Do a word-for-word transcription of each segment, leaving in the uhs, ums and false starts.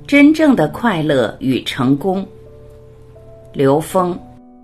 真正的快乐与成功。刘峰。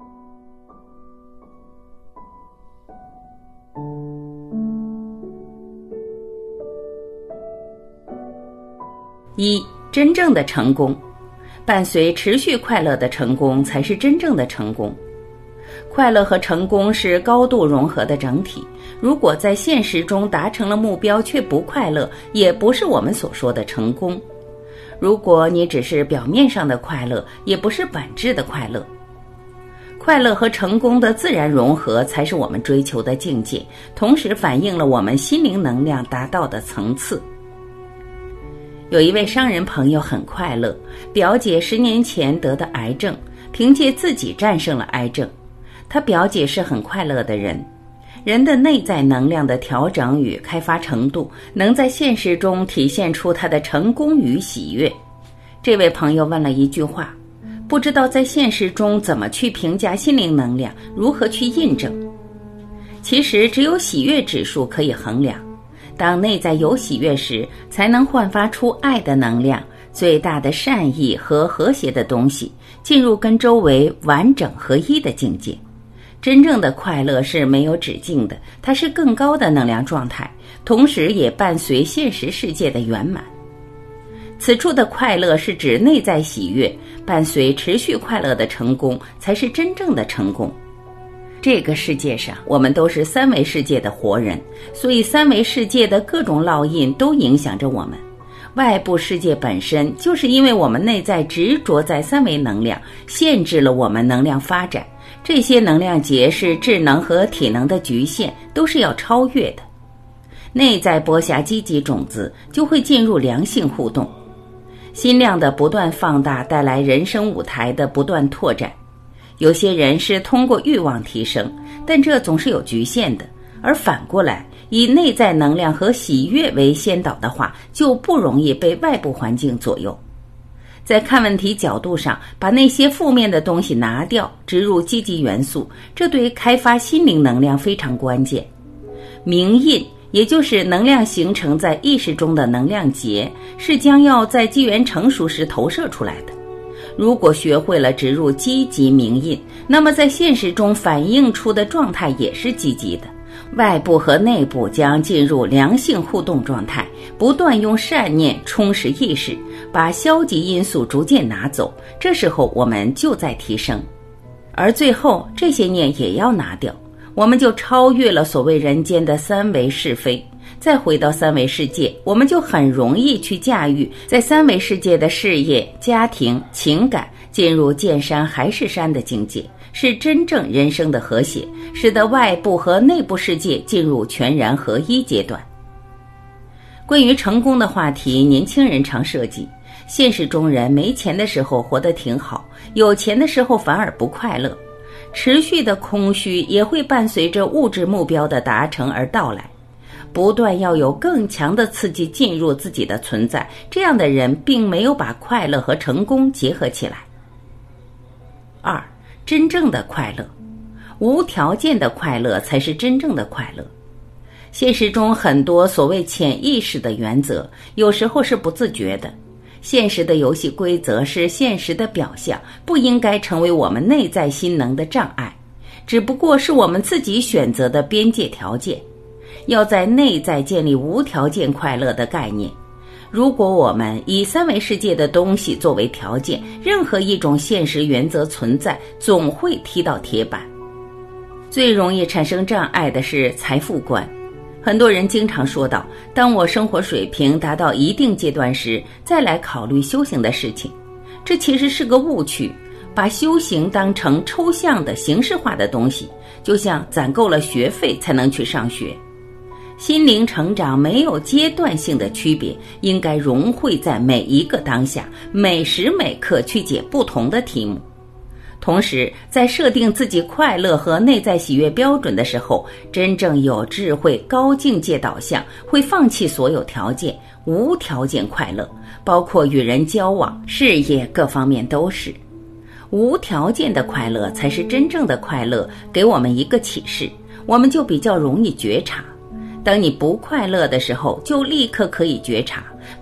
一、真正的成功。伴随持续快乐的成功才是真正的成功。快乐和成功是高度融合的整体，如果在现实中达成了目标却不快乐，也不是我们所说的成功。如果你只是表面上的快乐，也不是本质的快乐。快乐和成功的自然融合才是我们追求的境界，同时反映了我们心灵能量达到的层次。有一位商人朋友很快乐，表姐十年前得的癌症，凭借自己战胜了癌症。他表姐是很快乐的人，人的内在能量的调整与开发程度，能在现实中体现出他的成功与喜悦。这位朋友问了一句话，不知道在现实中怎么去评价心灵能量，如何去印证。其实只有喜悦指数可以衡量，当内在有喜悦时，才能焕发出爱的能量，最大的善意和和谐的东西，进入跟周围完整合一的境界。真正的快乐是没有止境的，它是更高的能量状态，同时也伴随现实世界的圆满。此处的快乐是指内在喜悦，伴随持续快乐的成功，才是真正的成功。这个世界上，我们都是三维世界的活人，所以三维世界的各种烙印都影响着我们。外部世界本身就是因为我们内在执着在三维能量，限制了我们能量发展。这些能量结是智能和体能的局限，都是要超越的。内在播下积极种子，就会进入良性互动。心量的不断放大，带来人生舞台的不断拓展。有些人是通过欲望提升，但这总是有局限的。而反过来，以内在能量和喜悦为先导的话，就不容易被外部环境左右。在看问题角度上，把那些负面的东西拿掉，植入积极元素，这对开发心灵能量非常关键。明印，也就是能量形成在意识中的能量结，是将要在机缘成熟时投射出来的。如果学会了植入积极明印，那么在现实中反映出的状态也是积极的。外部和内部将进入良性互动状态，不断用善念充实意识，把消极因素逐渐拿走，这时候我们就在提升。而最后这些念也要拿掉，我们就超越了所谓人间的三维是非，再回到三维世界，我们就很容易去驾驭在三维世界的事业、家庭、情感，进入见山还是山的境界，是真正人生的和谐，使得外部和内部世界进入全然合一阶段。关于成功的话题，年轻人常涉及。现实中人没钱的时候活得挺好，有钱的时候反而不快乐。持续的空虚也会伴随着物质目标的达成而到来。不断要有更强的刺激进入自己的存在，这样的人并没有把快乐和成功结合起来。二、真正的快乐。无条件的快乐才是真正的快乐。现实中很多所谓潜意识的原则，有时候是不自觉的。现实的游戏规则是现实的表象，不应该成为我们内在心能的障碍，只不过是我们自己选择的边界条件。要在内在建立无条件快乐的概念。如果我们以三维世界的东西作为条件，任何一种现实原则存在，总会踢到铁板。最容易产生障碍的是财富观。很多人经常说到，当我生活水平达到一定阶段时，再来考虑修行的事情。这其实是个误区，把修行当成抽象的形式化的东西，就像攒够了学费才能去上学。心灵成长没有阶段性的区别，应该融汇在每一个当下，每时每刻去解不同的题目。同时，在设定自己快乐和内在喜悦标准的时候，真正有智慧、高境界导向，会放弃所有条件，无条件快乐，包括与人交往、事业各方面都是。无条件的快乐才是真正的快乐，给我们一个启示，我们就比较容易觉察。当你不快乐的时候，就立刻可以觉察，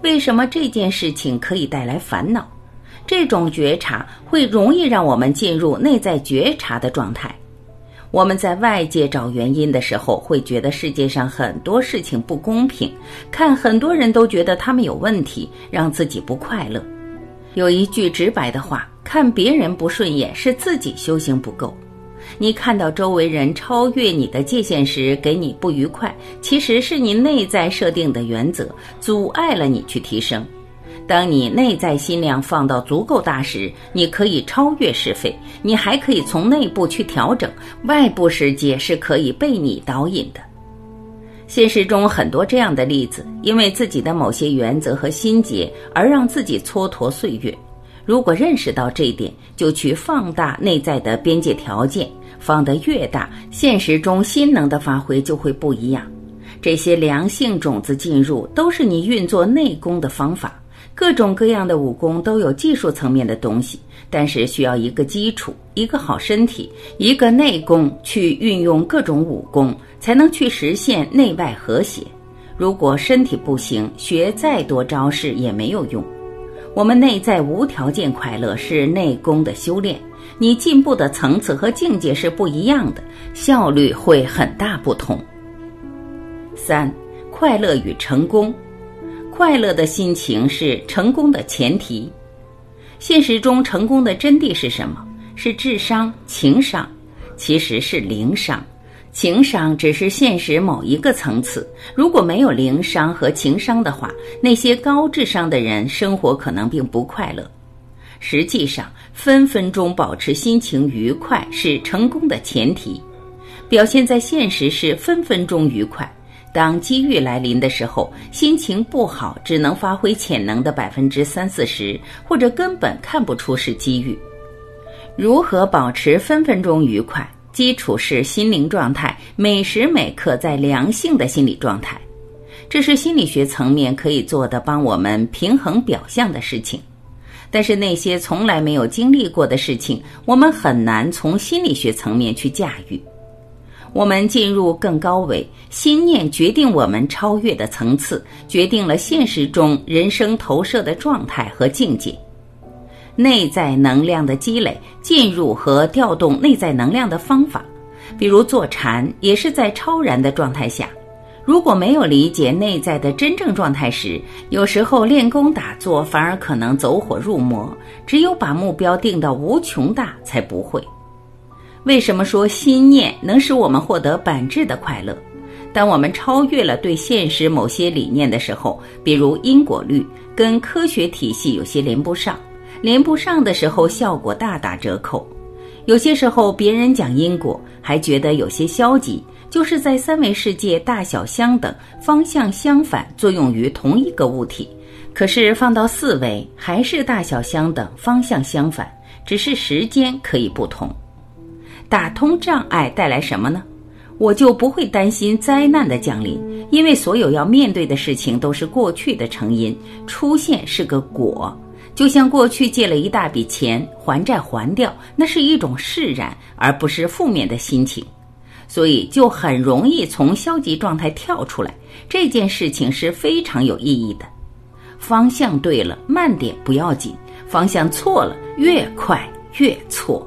为什么这件事情可以带来烦恼？这种觉察会容易让我们进入内在觉察的状态。我们在外界找原因的时候，会觉得世界上很多事情不公平，看很多人都觉得他们有问题，让自己不快乐。有一句直白的话，看别人不顺眼是自己修行不够。你看到周围人超越你的界限时给你不愉快，其实是你内在设定的原则阻碍了你去提升。当你内在心量放到足够大时，你可以超越是非，你还可以从内部去调整，外部世界是可以被你导引的。现实中很多这样的例子，因为自己的某些原则和心结而让自己蹉跎岁月。如果认识到这一点，就去放大内在的边界条件，放得越大，现实中心能的发挥就会不一样。这些良性种子进入，都是你运作内功的方法。各种各样的武功都有技术层面的东西，但是需要一个基础，一个好身体，一个内功去运用各种武功，才能去实现内外和谐。如果身体不行，学再多招式也没有用。我们内在无条件快乐是内功的修炼，你进步的层次和境界是不一样的，效率会很大不同。三、快乐与成功。快乐的心情是成功的前提。现实中成功的真谛是什么？是智商、情商，其实是灵商。情商只是现实某一个层次，如果没有灵商和情商的话，那些高智商的人生活可能并不快乐。实际上，分分钟保持心情愉快是成功的前提。表现在现实是分分钟愉快。当机遇来临的时候，心情不好，只能发挥潜能的百分之三四十，或者根本看不出是机遇。如何保持分分钟愉快？基础是心灵状态，每时每刻在良性的心理状态。这是心理学层面可以做的帮我们平衡表象的事情。但是那些从来没有经历过的事情，我们很难从心理学层面去驾驭。我们进入更高维，心念决定我们超越的层次，决定了现实中人生投射的状态和境界。内在能量的积累，进入和调动内在能量的方法，比如坐禅，也是在超然的状态下。如果没有理解内在的真正状态时，有时候练功打坐反而可能走火入魔，只有把目标定到无穷大，才不会。为什么说心念能使我们获得本质的快乐？当我们超越了对现实某些理念的时候，比如因果律跟科学体系有些连不上，连不上的时候效果大打折扣。有些时候别人讲因果还觉得有些消极，就是在三维世界大小相等，方向相反，作用于同一个物体。可是放到四维还是大小相等，方向相反，只是时间可以不同。打通障碍带来什么呢？我就不会担心灾难的降临，因为所有要面对的事情都是过去的成因，出现是个果。就像过去借了一大笔钱，还债还掉，那是一种释然，而不是负面的心情。所以就很容易从消极状态跳出来，这件事情是非常有意义的。方向对了，慢点不要紧；方向错了，越快越错。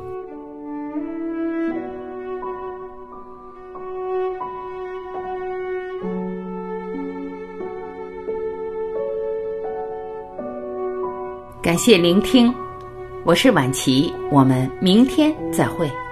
感谢聆听，我是婉琪，我们明天再会。